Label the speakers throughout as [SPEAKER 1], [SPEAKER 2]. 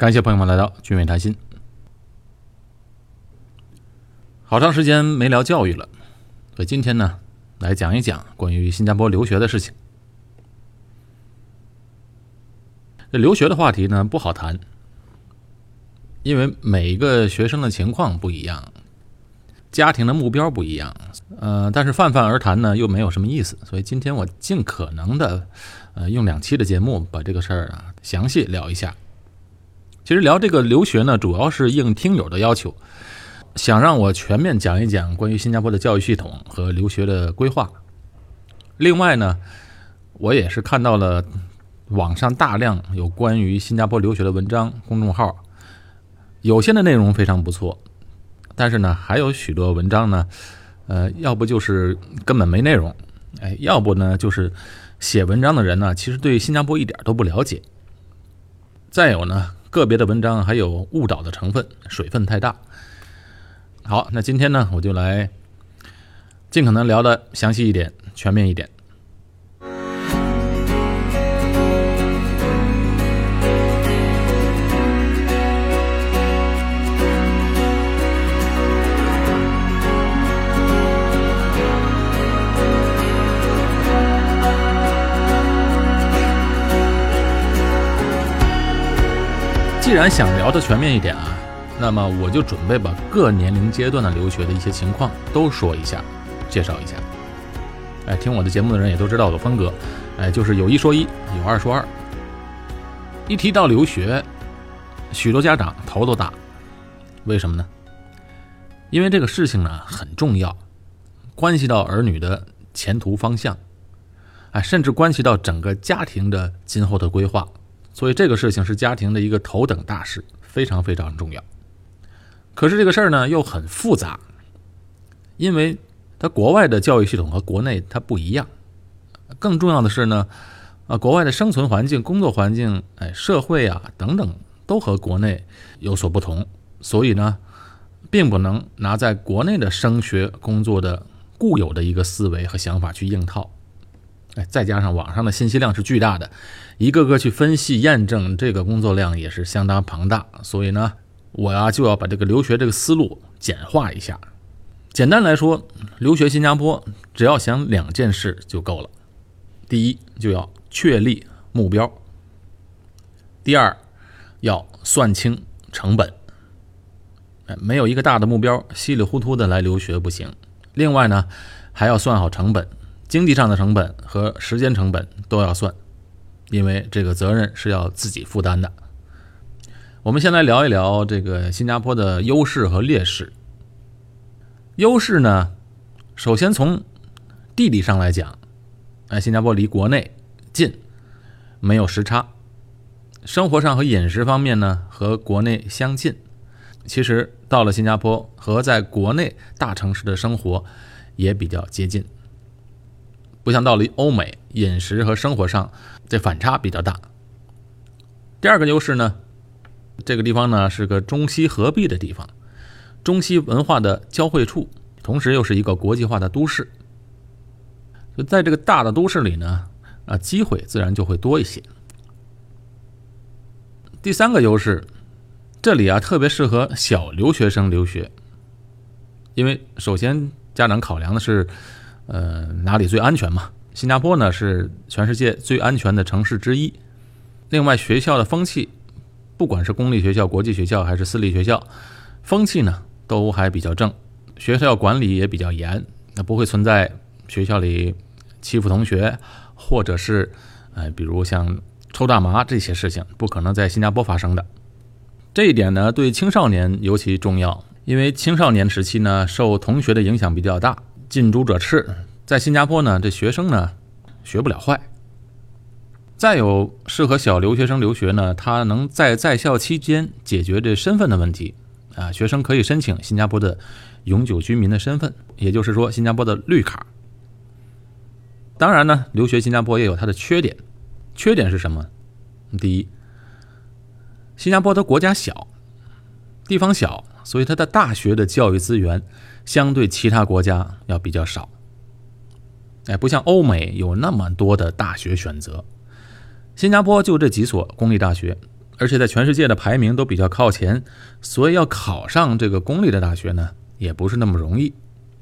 [SPEAKER 1] 感谢朋友们来到聚美谈心。好长时间没聊教育了，所以今天呢，来讲一讲关于新加坡留学的事情。这留学的话题呢不好谈，因为每一个学生的情况不一样，家庭的目标不一样，但是泛泛而谈呢又没有什么意思，所以今天我尽可能的用2期的节目把这个事儿详细聊一下。其实聊这个留学呢，主要是应听友的要求，想让我全面讲一讲关于新加坡的教育系统和留学的规划。另外呢，我也是看到了网上大量有关于新加坡留学的文章、公众号，有些的内容非常不错，但是呢，还有许多文章呢，要不就是根本没内容，要不呢就是写文章的人呢，其实对新加坡一点都不了解。再有呢，个别的文章还有误导的成分，水分太大。好，那今天呢，我就来尽可能聊得详细一点，全面一点。既然想聊得全面一点那么我就准备把各年龄阶段的留学的一些情况都说一下，介绍一下。听我的节目的人也都知道我的风格，就是有一说一，有二说二。一提到留学，许多家长头都大，为什么呢？因为这个事情呢很重要，关系到儿女的前途方向，甚至关系到整个家庭的今后的规划。所以这个事情是家庭的一个头等大事，非常非常重要。可是这个事儿呢又很复杂，因为它国外的教育系统和国内它不一样。更重要的是呢，国外的生存环境、工作环境、社会等等都和国内有所不同，所以呢，并不能拿在国内的升学工作的固有的一个思维和想法去硬套。再加上网上的信息量是巨大的，一个个去分析验证，这个工作量也是相当庞大，所以呢，我就要把这个留学这个思路简化一下。简单来说，留学新加坡只要想2件事就够了。第一，就要确立目标；第二，要算清成本。没有一个大的目标，稀里糊涂的来留学不行。另外呢，还要算好成本。经济上的成本和时间成本都要算，因为这个责任是要自己负担的。我们先来聊一聊这个新加坡的优势和劣势。优势呢，首先从地理上来讲，新加坡离国内近，没有时差。生活上和饮食方面呢，和国内相近。其实到了新加坡和在国内大城市的生活也比较接近。不像到了欧美，饮食和生活上这反差比较大。第二个优势呢，这个地方呢是个中西合璧的地方，中西文化的交汇处，同时又是一个国际化的都市。就在这个大的都市里呢，机会自然就会多一些。第三个优势，这里特别适合小留学生留学，因为首先家长考量的是哪里最安全嘛？新加坡呢是全世界最安全的城市之一。另外，学校的风气，不管是公立学校、国际学校还是私立学校，风气呢都还比较正，学校管理也比较严，不会存在学校里欺负同学，或者是比如像抽大麻这些事情，不可能在新加坡发生的。这一点呢，对青少年尤其重要，因为青少年时期呢，受同学的影响比较大。近朱者赤，在新加坡呢，这学生呢学不了坏。再有适合小留学生留学呢，他能在校期间解决这身份的问题学生可以申请新加坡的永久居民的身份，也就是说新加坡的绿卡。当然呢，留学新加坡也有它的缺点。缺点是什么？第一，新加坡的国家小，地方小，所以它的大学的教育资源相对其他国家要比较少。不像欧美有那么多的大学选择，新加坡就这几所公立大学， 而且在全世界的排名都比较靠前，所以要考上这个公立的大学呢，也不是那么容易。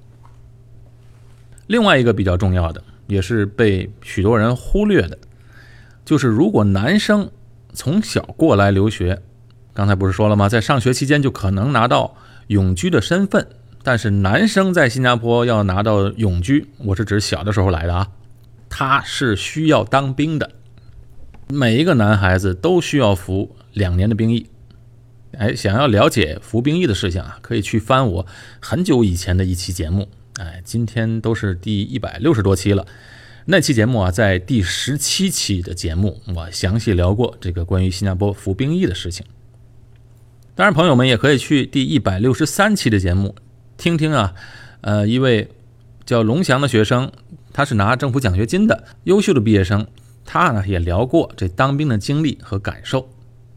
[SPEAKER 1] 另外一个比较重要的，也是被许多人忽略的，就是如果男生从小过来留学，刚才不是说了吗？在上学期间就可能拿到永居的身份，但是男生在新加坡要拿到永居，我是指小的时候来的啊，他是需要当兵的。每一个男孩子都需要服2年的兵役。想要了解服兵役的事情啊，可以去翻我很久以前的一期节目。今天都是第160多期了。那期节目啊，在第17期的节目，我详细聊过这个关于新加坡服兵役的事情。当然，朋友们也可以去第163期的节目听听啊。一位叫龙翔的学生，他是拿政府奖学金的优秀的毕业生。他呢也聊过这当兵的经历和感受。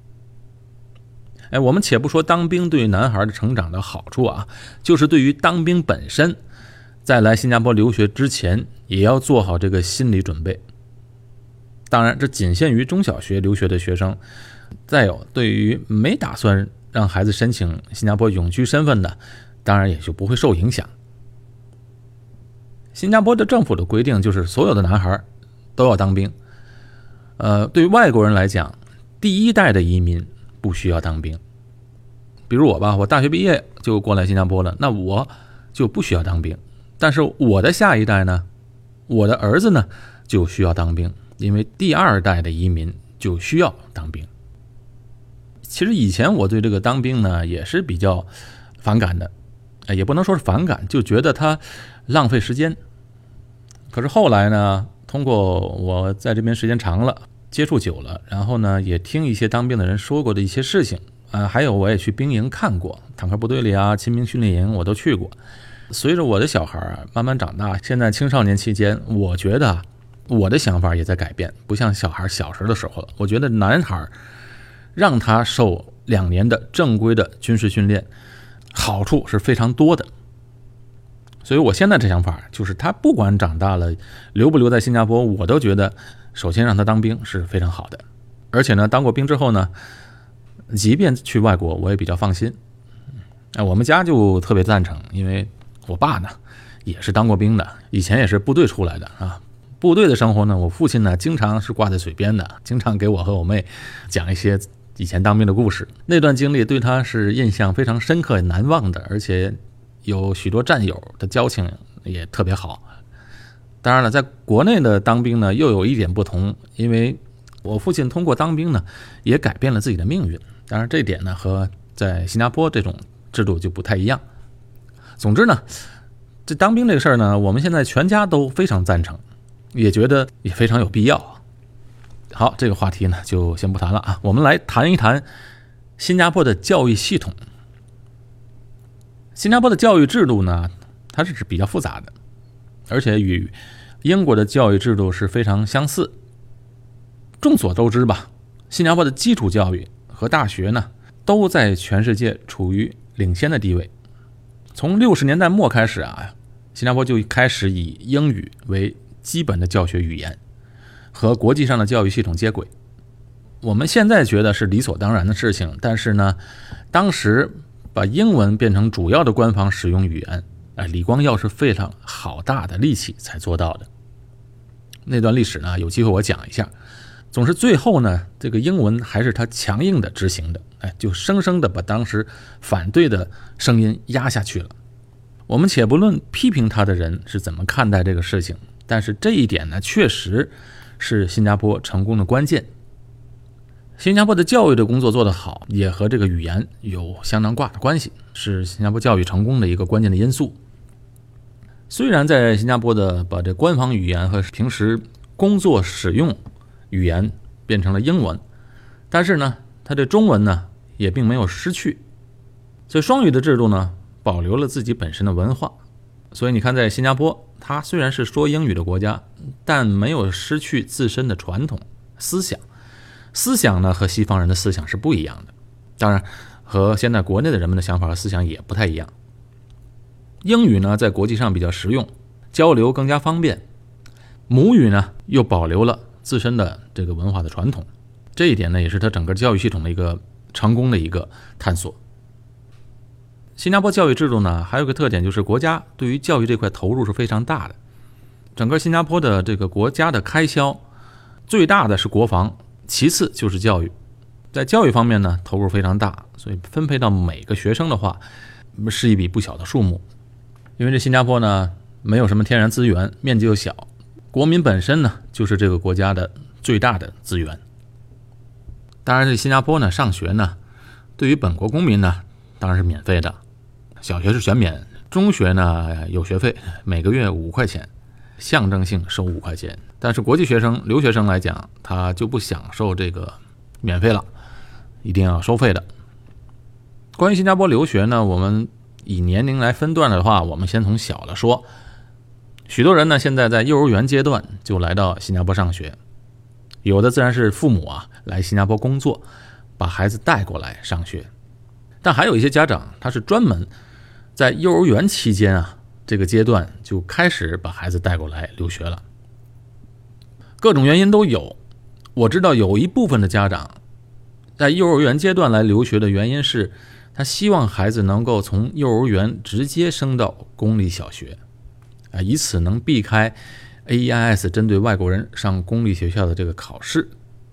[SPEAKER 1] 我们且不说当兵对于男孩的成长的好处啊，就是对于当兵本身，在来新加坡留学之前也要做好这个心理准备。当然这仅限于中小学留学的学生，再有对于没打算让孩子申请新加坡永居身份的，当然也就不会受影响。新加坡的政府的规定就是所有的男孩都要当兵。对于外国人来讲，第一代的移民不需要当兵。比如我吧，我大学毕业就过来新加坡了，那我就不需要当兵。但是我的下一代呢，我的儿子呢就需要当兵，因为第2代的移民就需要当兵。其实以前我对这个当兵呢也是比较反感的，也不能说是反感，就觉得它浪费时间。可是后来呢，通过我在这边时间长了，接触久了，然后呢也听一些当兵的人说过的一些事情，还有我也去兵营看过，坦克部队里啊、亲兵训练营我都去过。随着我的小孩慢慢长大，现在青少年期间，我觉得我的想法也在改变，不像小孩小时的时候了。我觉得男孩让他受2年的正规的军事训练，好处是非常多的。所以我现在这想法就是他不管长大了留不留在新加坡，我都觉得首先让他当兵是非常好的。而且呢，当过兵之后呢，即便去外国我也比较放心。我们家就特别赞成，因为我爸呢也是当过兵的，以前也是部队出来的啊。部队的生活呢，我父亲呢经常是挂在嘴边的，经常给我和我妹讲一些以前当兵的故事。那段经历对他是印象非常深刻难忘的，而且有许多战友的交情也特别好。当然了，在国内的当兵呢又有一点不同，因为我父亲通过当兵呢也改变了自己的命运。当然这一点呢和在新加坡这种制度就不太一样。总之呢，这当兵这个事儿呢，我们现在全家都非常赞成，也觉得也非常有必要。好，这个话题呢就先不谈了啊，我们来谈一谈新加坡的教育系统。新加坡的教育制度呢，它是比较复杂的，而且与英国的教育制度是非常相似。众所周知吧，新加坡的基础教育和大学呢，都在全世界处于领先的地位。从60年代末开始啊，新加坡就开始以英语为基本的教学语言，和国际上的教育系统接轨。我们现在觉得是理所当然的事情，但是呢，当时把英文变成主要的官方使用语言，李光耀是费了好大的力气才做到的。那段历史呢，有机会我讲一下。总是最后呢，这个英文还是他强硬的执行的，就生生的把当时反对的声音压下去了。我们且不论批评他的人是怎么看待这个事情，但是这一点呢，确实是新加坡成功的关键。新加坡的教育的工作做得好，也和这个语言有相当大的关系，是新加坡教育成功的一个关键的因素。虽然在新加坡的把这官方语言和平时工作使用语言变成了英文，但是呢，它的中文呢也并没有失去，所以双语的制度呢保留了自己本身的文化。所以你看，在新加坡，它虽然是说英语的国家，但没有失去自身的传统思想。思想呢和西方人的思想是不一样的，当然和现在国内的人们的想法和思想也不太一样。英语呢在国际上比较实用，交流更加方便，母语呢又保留了自身的这个文化的传统。 这一点呢，也是它整个教育系统的一个成功的一个探索。新加坡教育制度呢，还有个特点就是国家对于教育这块投入是非常大的。整个新加坡的这个国家的开销，最大的是国防，其次就是教育。在教育方面呢，投入非常大，所以分配到每个学生的话，是一笔不小的数目。因为这新加坡呢，没有什么天然资源，面积又小，国民本身呢，就是这个国家的最大的资源。当然，这新加坡呢，上学呢，对于本国公民呢，当然是免费的。小学是全免，中学呢有学费，每个月5块钱，象征性收5块钱。但是国际学生、留学生来讲，他就不享受这个免费了，一定要收费的。关于新加坡留学呢，我们以年龄来分段的话，我们先从小了说。许多人呢，现在在幼儿园阶段就来到新加坡上学，有的自然是父母来新加坡工作，把孩子带过来上学。但还有一些家长，他是专门在幼儿园期间这个阶段就开始把孩子带过来留学了。各种原因都有。我知道有一部分的家长在幼儿园阶段来留学的原因是，他希望孩子能够从幼儿园直接升到公立小学，以此能避开 AEIS 针对外国人上公立学校的这个考试。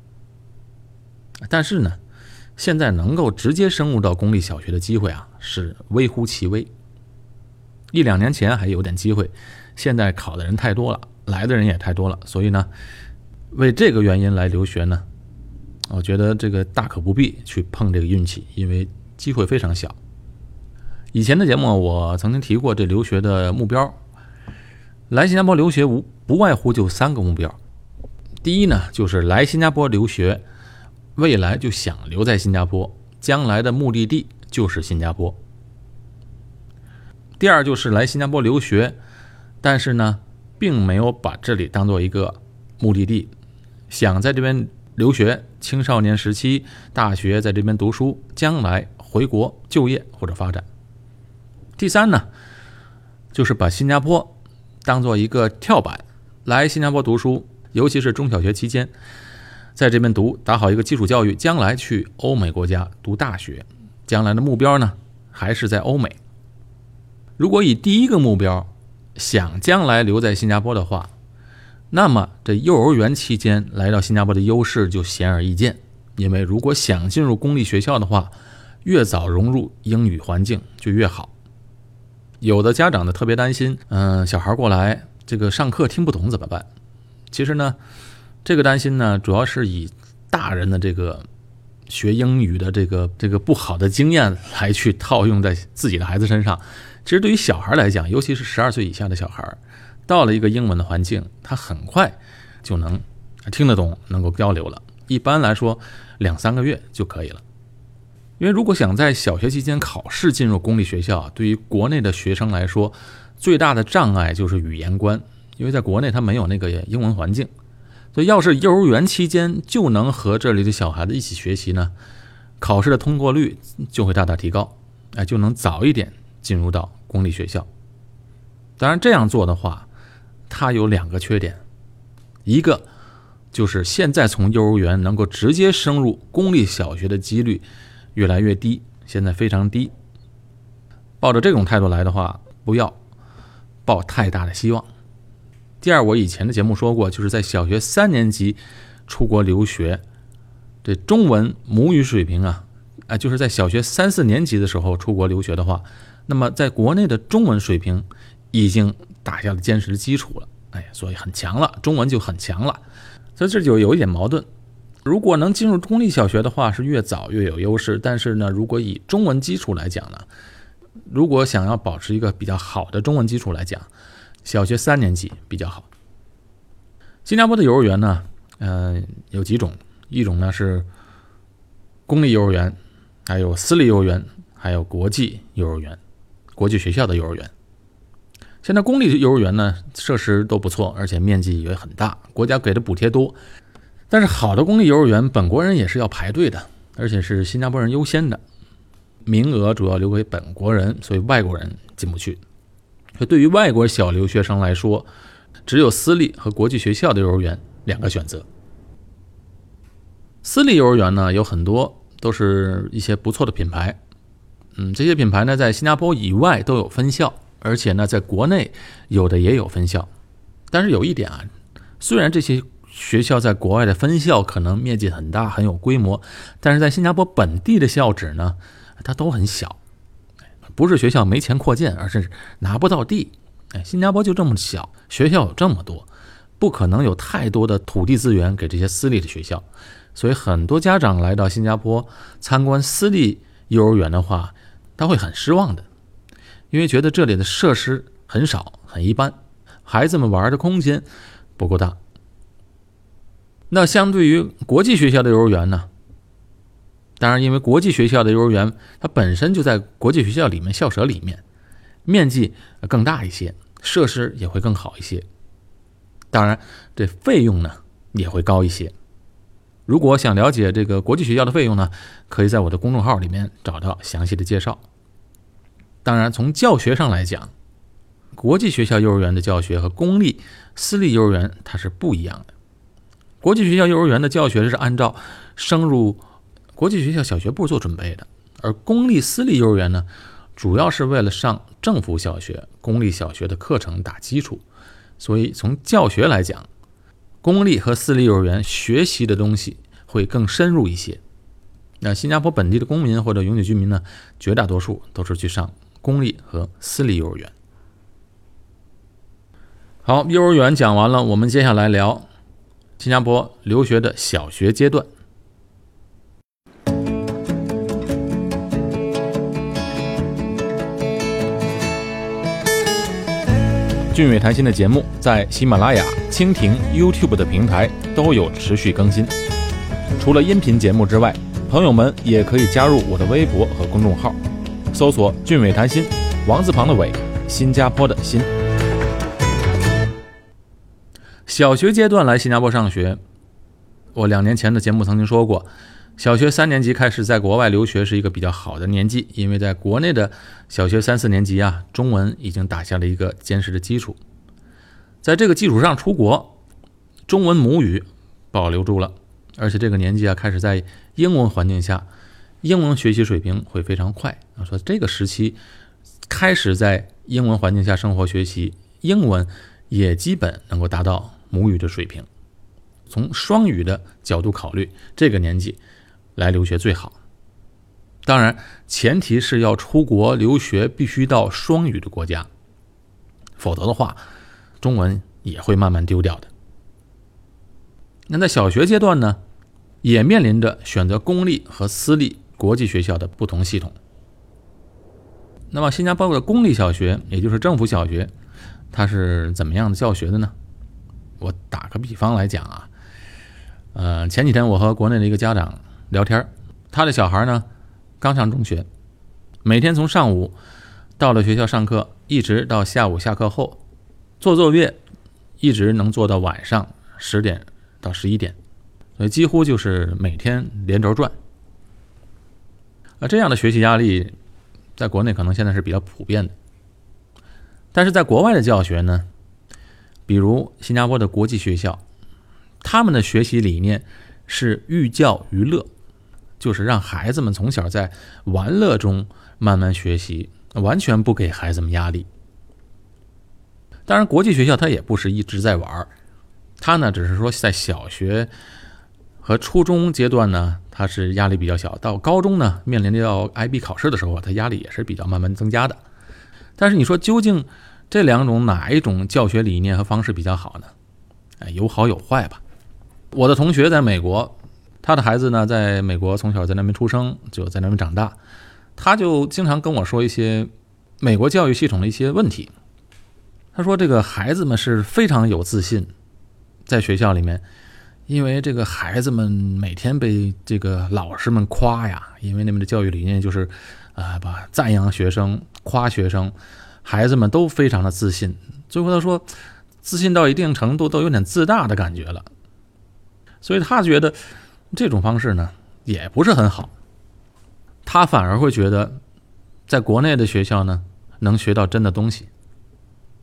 [SPEAKER 1] 但是呢，现在能够直接升入到公立小学的机会是微乎其微。1-2年前还有点机会，现在考的人太多了，来的人也太多了，所以呢，为这个原因来留学呢，我觉得这个大可不必去碰这个运气，因为机会非常小。以前的节目我曾经提过这留学的目标，来新加坡留学不外乎就3个目标。第一呢，就是来新加坡留学，未来就想留在新加坡，将来的目的地就是新加坡。第二就是来新加坡留学，但是呢，并没有把这里当做一个目的地，想在这边留学，青少年时期、大学在这边读书，将来回国就业或者发展。第三呢，就是把新加坡当做一个跳板，来新加坡读书，尤其是中小学期间，在这边打好一个基础教育，将来去欧美国家读大学，将来的目标呢，还是在欧美。如果以第一个目标想将来留在新加坡的话，那么这幼儿园期间来到新加坡的优势就显而易见。因为如果想进入公立学校的话，越早融入英语环境就越好。有的家长呢特别担心，小孩过来这个上课听不懂怎么办？其实呢，这个担心呢，主要是以大人的这个学英语的这个不好的经验来去套用在自己的孩子身上。其实对于小孩来讲，尤其是12岁以下的小孩，到了一个英文的环境，他很快就能听得懂，能够交流了。一般来说2-3个月就可以了。因为如果想在小学期间考试进入公立学校，对于国内的学生来说，最大的障碍就是语言关，因为在国内他没有那个英文环境。所以要是幼儿园期间就能和这里的小孩子一起学习呢，考试的通过率就会大大提高，就能早一点进入到公立学校。当然这样做的话，它有2个缺点。一个就是现在从幼儿园能够直接升入公立小学的几率越来越低，现在非常低。抱着这种态度来的话，不要抱太大的希望。第二，我以前的节目说过，就是在小学3年级出国留学，这中文母语水平就是在小学3-4年级的时候出国留学的话，那么在国内的中文水平已经打下了坚实的基础了，所以很强了，中文就很强了。所以这就有一点矛盾。如果能进入公立小学的话，是越早越有优势，但是呢，如果以中文基础来讲呢，如果想要保持一个比较好的中文基础来讲，小学3年级比较好。新加坡的幼儿园呢，有几种，一种呢是公立幼儿园，还有私立幼儿园，还有国际幼儿园，国际学校的幼儿园。现在公立幼儿园呢，设施都不错，而且面积也很大，国家给的补贴多。但是好的公立幼儿园，本国人也是要排队的，而且是新加坡人优先的，名额主要留给本国人，所以外国人进不去。所以对于外国小留学生来说，只有私立和国际学校的幼儿园2个选择。 私立幼儿园呢有很多都是一些不错的品牌，这些品牌呢在新加坡以外都有分校，而且呢在国内有的也有分校。但是有一点啊，虽然这些学校在国外的分校可能面积很大很有规模，但是在新加坡本地的校址呢它都很小，不是学校没钱扩建，而是拿不到地。新加坡就这么小，学校有这么多，不可能有太多的土地资源给这些私立的学校，所以很多家长来到新加坡参观私立幼儿园的话，他会很失望的，因为觉得这里的设施很少很一般，孩子们玩的空间不够大。那相对于国际学校的幼儿园呢，当然因为国际学校的幼儿园它本身就在国际学校里面校舍里面，面积更大一些，设施也会更好一些，当然这费用呢也会高一些。如果想了解这个国际学校的费用呢，可以在我的公众号里面找到详细的介绍。当然从教学上来讲，国际学校幼儿园的教学和公立私立幼儿园它是不一样的。国际学校幼儿园的教学是按照升入国际学校小学部做准备的，而公立私立幼儿园呢主要是为了上政府小学公立小学的课程打基础，所以从教学来讲，公立和私立幼儿园学习的东西会更深入一些。那新加坡本地的公民或者永久居民呢，绝大多数都是去上公立和私立幼儿园。好，幼儿园讲完了，我们接下来聊新加坡留学的小学阶段。俊伟谈心的节目在喜马拉雅、蜻蜓、YouTube 的平台都有持续更新。除了音频节目之外，朋友们也可以加入我的微博和公众号，搜索俊伟谈心，王字旁的伟，新加坡的新。小学阶段来新加坡上学，我2年前的节目曾经说过，小学3年级开始在国外留学是一个比较好的年纪，因为在国内的小学3、4年级啊，中文已经打下了一个坚实的基础。在这个基础上出国，中文母语保留住了，而且这个年纪啊，开始在英文环境下，英文学习水平会非常快。说这个时期开始在英文环境下生活学习，英文也基本能够达到母语的水平。从双语的角度考虑，这个年纪来留学最好。当然前提是要出国留学必须到双语的国家，否则的话中文也会慢慢丢掉的。那在小学阶段呢，也面临着选择公立和私立国际学校的不同系统。那么新加坡的公立小学，也就是政府小学，它是怎么样的教学的呢？我打个比方来讲啊，前几天我和国内的一个家长聊天，他的小孩呢刚上中学，每天从上午到了学校上课，一直到下午下课后做作业，一直能做到晚上10点到11点，所以几乎就是每天连轴转。这样的学习压力在国内可能现在是比较普遍的，但是在国外的教学呢，比如新加坡的国际学校，他们的学习理念是寓教于乐，就是让孩子们从小在玩乐中慢慢学习，完全不给孩子们压力。当然国际学校它也不是一直在玩，它呢只是说在小学和初中阶段呢，它是压力比较小，到高中呢面临着要 IB 考试的时候，它压力也是比较慢慢增加的。但是你说究竟这两种哪一种教学理念和方式比较好呢？有好有坏吧。我的同学在美国，他的孩子呢在美国从小在那边出生，就在那边长大，他就经常跟我说一些美国教育系统的一些问题。他说这个孩子们是非常有自信，在学校里面，因为这个孩子们每天被这个老师们夸呀，因为那边的教育理念就是把赞扬学生夸学生，孩子们都非常的自信，最后他说自信到一定程度都有点自大的感觉了，所以他觉得这种方式呢也不是很好，他反而会觉得在国内的学校呢能学到真的东西。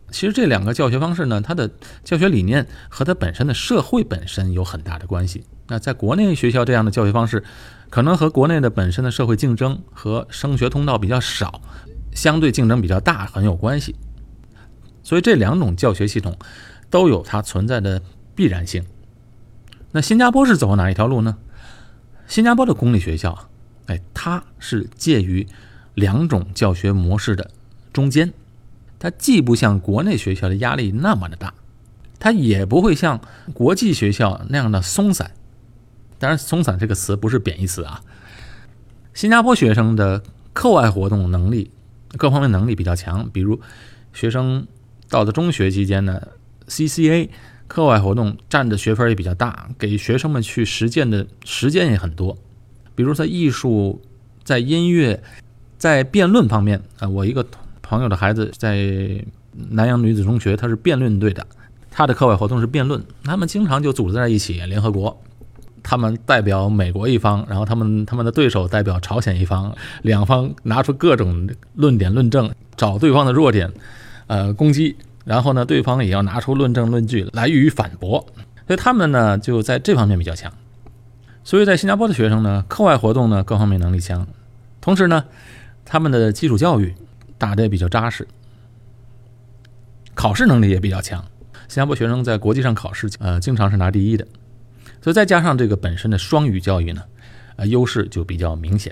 [SPEAKER 1] 其实这两个教学方式呢，它的教学理念和它本身的社会本身有很大的关系。那在国内学校这样的教学方式，可能和国内的本身的社会竞争和升学通道比较少，相对竞争比较大很有关系。所以这两种教学系统都有它存在的必然性。那新加坡是走哪一条路呢？新加坡的公立学校，它是介于两种教学模式的中间，它既不像国内学校的压力那么的大，它也不会像国际学校那样的松散。当然松散这个词不是贬义词啊。新加坡学生的课外活动能力各方面能力比较强，比如学生到了中学期间呢， CCA 课外活动占的学分也比较大，给学生们去实践的时间也很多。比如在艺术、在音乐、在辩论方面我一个朋友的孩子在南洋女子中学，他是辩论队的，他的课外活动是辩论，他们经常就组织在一起，联合国他们代表美国一方，然后他们的对手代表朝鲜一方，两方拿出各种论点论证，找对方的弱点攻击，然后呢对方也要拿出论证论据来予以反驳，所以他们呢就在这方面比较强。所以在新加坡的学生呢，课外活动呢各方面能力强，同时呢他们的基础教育打得也比较扎实，考试能力也比较强。新加坡学生在国际上考试经常是拿第一的，所以再加上这个本身的双语教育呢，优势就比较明显。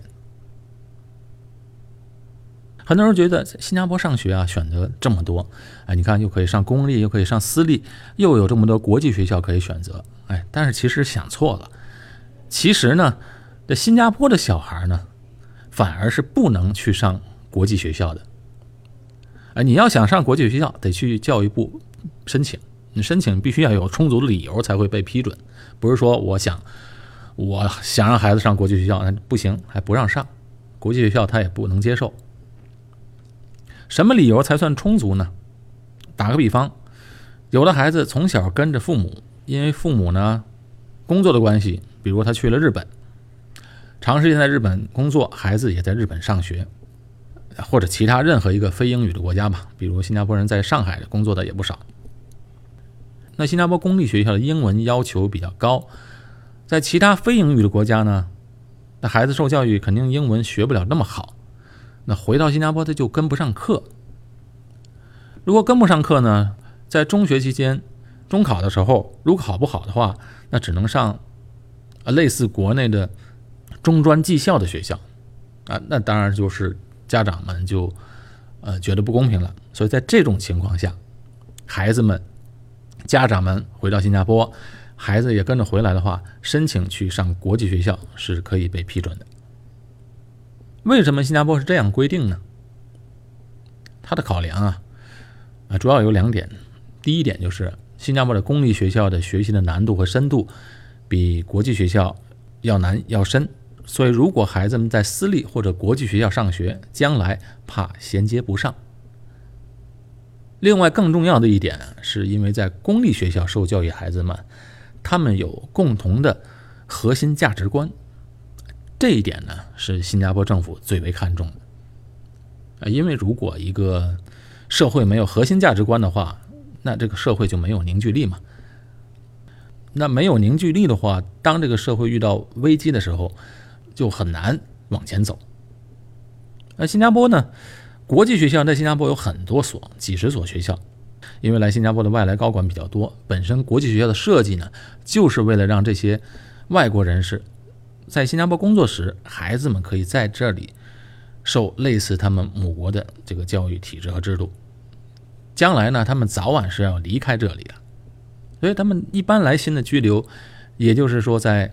[SPEAKER 1] 很多人觉得新加坡上学选择这么多，你看又可以上公立，又可以上私立，又有这么多国际学校可以选择，但是其实想错了。其实呢，这新加坡的小孩呢，反而是不能去上国际学校的。你要想上国际学校，得去教育部申请，你申请必须要有充足的理由才会被批准，不是说我想让孩子上国际学校，那不行，还不让上国际学校，他也不能接受。什么理由才算充足呢？打个比方，有的孩子从小跟着父母，因为父母呢工作的关系，比如他去了日本，长时间在日本工作，孩子也在日本上学，或者其他任何一个非英语的国家吧，比如新加坡人在上海工作的也不少。那新加坡公立学校的英文要求比较高，在其他非英语的国家呢，那孩子受教育肯定英文学不了那么好，那回到新加坡他就跟不上课。如果跟不上课呢，在中学期间中考的时候如果考不好的话，那只能上类似国内的中专技校的学校那当然就是家长们就觉得不公平了。所以在这种情况下，孩子们家长们回到新加坡，孩子也跟着回来的话，申请去上国际学校是可以被批准的。为什么新加坡是这样规定呢？它的考量主要有两点。第一点就是新加坡的公立学校的学习的难度和深度比国际学校要难要深，所以如果孩子们在私立或者国际学校上学，将来怕衔接不上。另外更重要的一点是因为在公立学校受教育孩子们，他们有共同的核心价值观，这一点呢是新加坡政府最为看重的。因为如果一个社会没有核心价值观的话，那这个社会就没有凝聚力嘛。那没有凝聚力的话，当这个社会遇到危机的时候，就很难往前走。新加坡呢，国际学校在新加坡有很多所，几十所学校，因为来新加坡的外来高管比较多，本身国际学校的设计呢，就是为了让这些外国人士在新加坡工作时，孩子们可以在这里受类似他们母国的这个教育体制和制度。将来呢，他们早晚是要离开这里的，所以他们一般来新的居留，也就是说在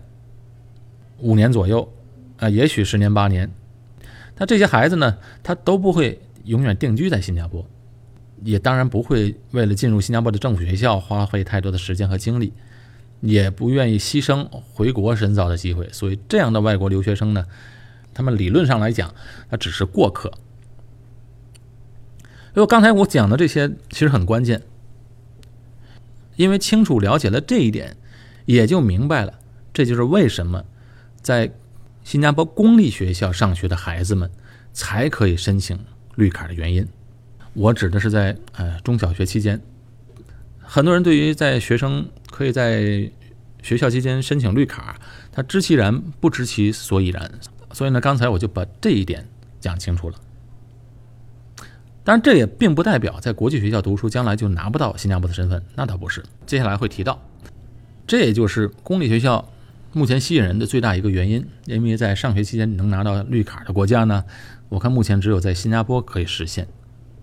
[SPEAKER 1] 5年左右也许10年8年。那这些孩子呢，他都不会永远定居在新加坡，也当然不会为了进入新加坡的政府学校花费太多的时间和精力，也不愿意牺牲回国深造的机会。所以这样的外国留学生呢，他们理论上来讲，他只是过客。因为刚才我讲的这些其实很关键，因为清楚了解了这一点，也就明白了，这就是为什么在新加坡公立学校上学的孩子们才可以申请绿卡的原因。 我指的是在中小学期间。很多人对于学生可以在学校期间申请绿卡，他知其然不知其所以然，所以呢，刚才我就把这一点讲清楚了。当然，这也并不代表在国际学校读书将来就拿不到新加坡的身份，那倒不是。接下来会提到，这也就是公立学校目前吸引人的最大一个原因，因为在上学期间能拿到绿卡的国家呢，我看目前只有在新加坡可以实现。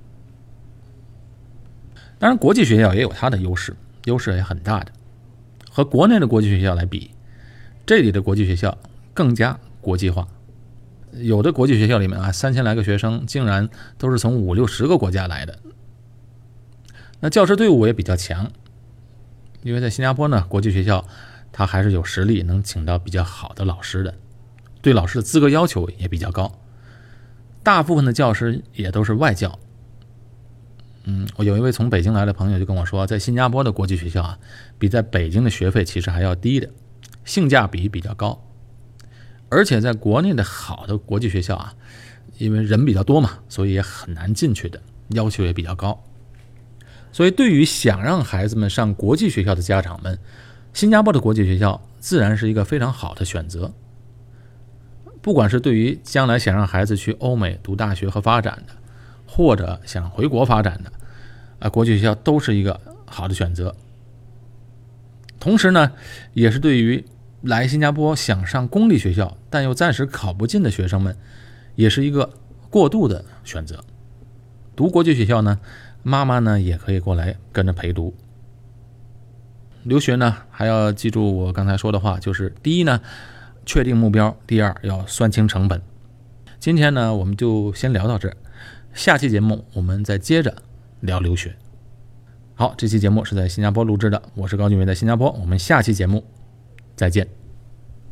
[SPEAKER 1] 当然，国际学校也有它的优势也很大的。和国内的国际学校来比，这里的国际学校更加国际化。有的国际学校里面3000来个学生竟然都是从50-60个国家来的。那教师队伍也比较强，因为在新加坡呢，国际学校它还是有实力能请到比较好的老师的，对老师的资格要求也比较高。大部分的教师也都是外教。我有一位从北京来的朋友就跟我说，在新加坡的国际学校比在北京的学费其实还要低的，性价比比较高。而且在国内的好的国际学校因为人比较多嘛，所以也很难进去的，要求也比较高。所以对于想让孩子们上国际学校的家长们，新加坡的国际学校自然是一个非常好的选择。不管是对于将来想让孩子去欧美读大学和发展的，或者想回国发展的，国际学校都是一个好的选择。同时呢，也是对于来新加坡想上公立学校但又暂时考不进的学生们，也是一个过渡的选择。读国际学校呢，妈妈呢也可以过来跟着陪读。留学呢，还要记住我刚才说的话，就是第一呢，确定目标；第二，要算清成本。今天呢，我们就先聊到这儿，下期节目我们再接着聊留学。好，这期节目是在新加坡录制的，我是高俊伟，在新加坡，我们下期节目再见。